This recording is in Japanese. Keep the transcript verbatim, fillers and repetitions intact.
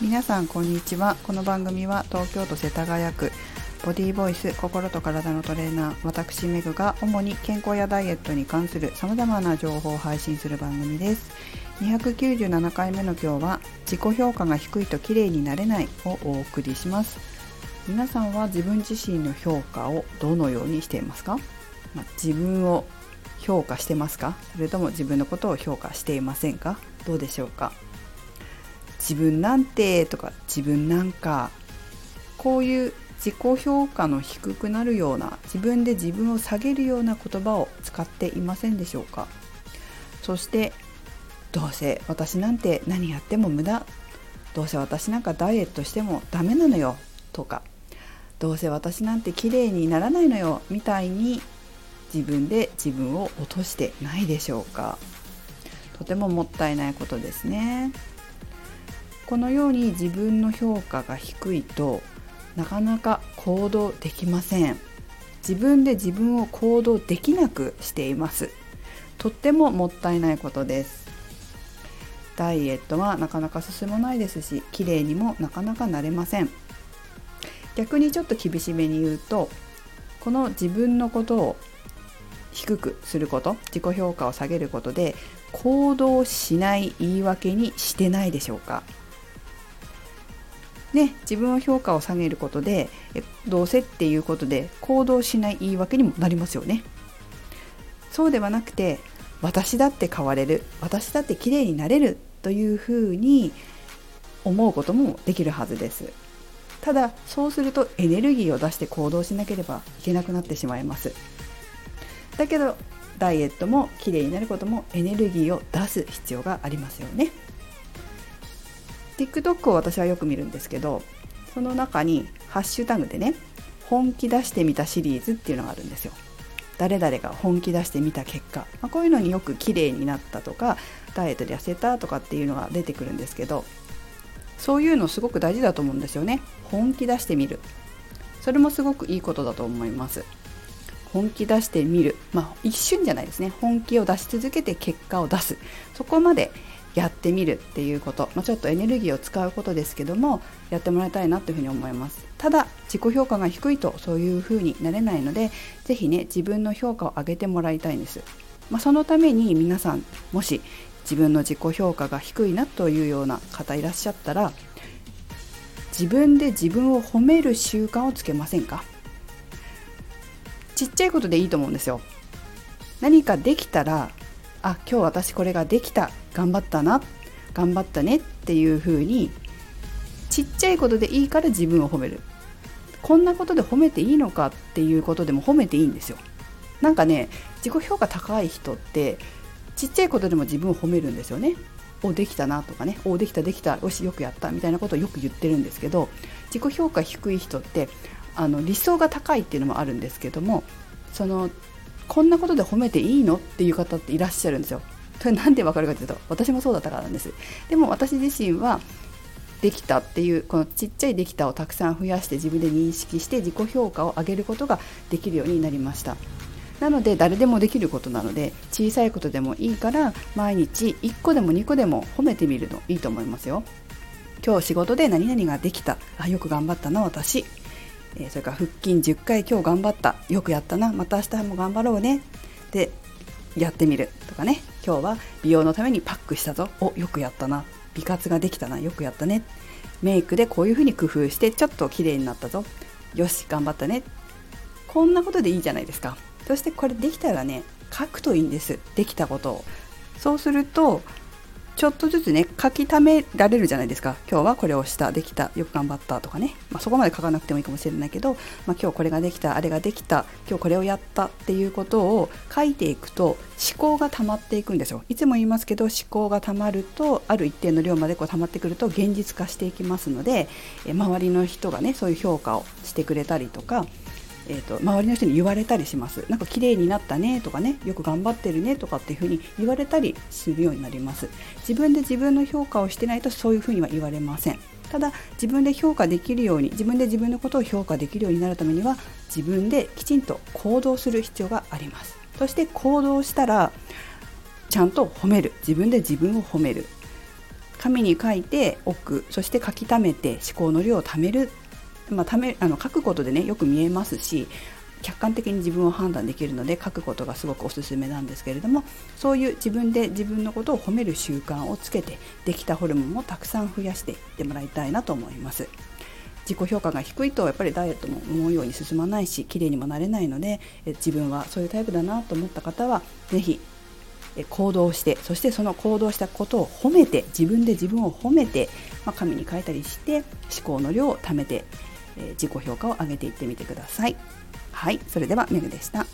皆さんこんにちは。この番組は東京都世田谷区ボディーボイス心と体のトレーナー私メグが主に健康やダイエットに関するさまざまな情報を配信する番組です。にひゃくきゅうじゅうななかいめの今日は自己評価が低いと綺麗になれないをお送りします。皆さんは自分自身の評価をどのようにしていますか？まあ、自分を評価してますか？それとも自分のことを評価していませんか？どうでしょうか？自分なんてとか自分なんか、こういう自己評価の低くなるような、自分で自分を下げるような言葉を使っていませんでしょうか？そしてどうせ私なんて何やっても無駄、どうせ私なんかダイエットしてもダメなのよとか、どうせ私なんて綺麗にならないのよみたいに自分で自分を落としてないでしょうか？とてももったいないことですね。このように自分の評価が低いとなかなか行動できません。自分で自分を行動できなくしています。とってももったいないことです。ダイエットはなかなか進まないですし、綺麗にもなかなかなれません。逆にちょっと厳しめに言うと、この自分のことを低くすること、自己評価を下げることで行動しない言い訳にしてないでしょうか？ね、自分の評価を下げることでどうせっていうことで行動しない言い訳にもなりますよね。そうではなくて、私だって変われる、私だって綺麗になれるというふうに思うこともできるはずです。ただそうするとエネルギーを出して行動しなければいけなくなってしまいます。だけどダイエットも綺麗になることもエネルギーを出す必要がありますよね。TikTok を私はよく見るんですけど、その中にハッシュタグでね、本気出してみたシリーズっていうのがあるんですよ。誰々が本気出してみた結果、まあ、こういうのによく綺麗になったとかダイエットで痩せたとかっていうのが出てくるんですけど、そういうのすごく大事だと思うんですよね。本気出してみる、それもすごくいいことだと思います。本気出してみる、まあ一瞬じゃないですね。本気を出し続けて結果を出す、そこまでやってみるっていうこと、まあ、ちょっとエネルギーを使うことですけども、やってもらいたいなというふうに思います。ただ自己評価が低いとそういうふうになれないので、ぜひね、自分の評価を上げてもらいたいんです。まあ、そのために皆さん、もし自分の自己評価が低いなというような方いらっしゃったら、自分で自分を褒める習慣をつけませんか？ちっちゃいことでいいと思うんですよ。何かできたら、あ、今日私これができた、頑張ったな、頑張ったねっていう風に、ちっちゃいことでいいから自分を褒める。こんなことで褒めていいのかっていうことでも褒めていいんですよ。なんかね、自己評価高い人ってちっちゃいことでも自分を褒めるんですよね。お、できたなとかね、お、できたできた、よしよくやったみたいなことをよく言ってるんですけど、自己評価低い人ってあの理想が高いっていうのもあるんですけども、そのこんなことで褒めていいのっていう方っていらっしゃるんですよ。それなんでわかるかというと、私もそうだったからなんです。でも私自身はできたっていう、このちっちゃいできたをたくさん増やして自分で認識して自己評価を上げることができるようになりました。なので誰でもできることなので、小さいことでもいいから毎日いっこでもにこでも褒めてみるのいいと思いますよ。今日仕事で何々ができた、あ、よく頑張ったな私、えー、それから腹筋じゅっかい今日頑張った、よくやったな、また明日も頑張ろうねでやってみるとかね。今日は美容のためにパックしたぞ、お、よくやったな、美活ができたな、よくやったね、メイクでこういう風に工夫してちょっと綺麗になったぞ、よし頑張ったね。こんなことでいいじゃないですか。そしてこれできたらね、書くといいんです。できたことを。そうするとちょっとずつね、書き溜められるじゃないですか。今日はこれをした、できた、よく頑張ったとかね、まあ、そこまで書かなくてもいいかもしれないけど、まあ、今日これができた、あれができた、今日これをやったっていうことを書いていくと思考が溜まっていくんですよ。いつも言いますけど、思考が溜まると、ある一定の量までこう溜まってくると現実化していきますので、え周りの人がね、そういう評価をしてくれたりとか、えーと、周りの人に言われたりします。なんか綺麗になったねとかね、よく頑張ってるねとかっていう風に言われたりするようになります。自分で自分の評価をしてないとそういう風には言われません。ただ自分で評価できるように、自分で自分のことを評価できるようになるためには、自分できちんと行動する必要があります。そして行動したらちゃんと褒める、自分で自分を褒める、 紙に書いておく、そして書き溜めて思考の量を貯める、まあ、ためあの書くことでねよく見えますし、客観的に自分を判断できるので書くことがすごくおすすめなんですけれども、そういう自分で自分のことを褒める習慣をつけて、できたホルモンもたくさん増やしていってもらいたいなと思います。自己評価が低いとやっぱりダイエットも思うように進まないし、綺麗にもなれないので、自分はそういうタイプだなと思った方はぜひ行動して、そしてその行動したことを褒めて、自分で自分を褒めて、まあ、紙に書いたりして思考の量を貯めて、えー、自己評価を上げていってみてください。はい、それではめぐでした。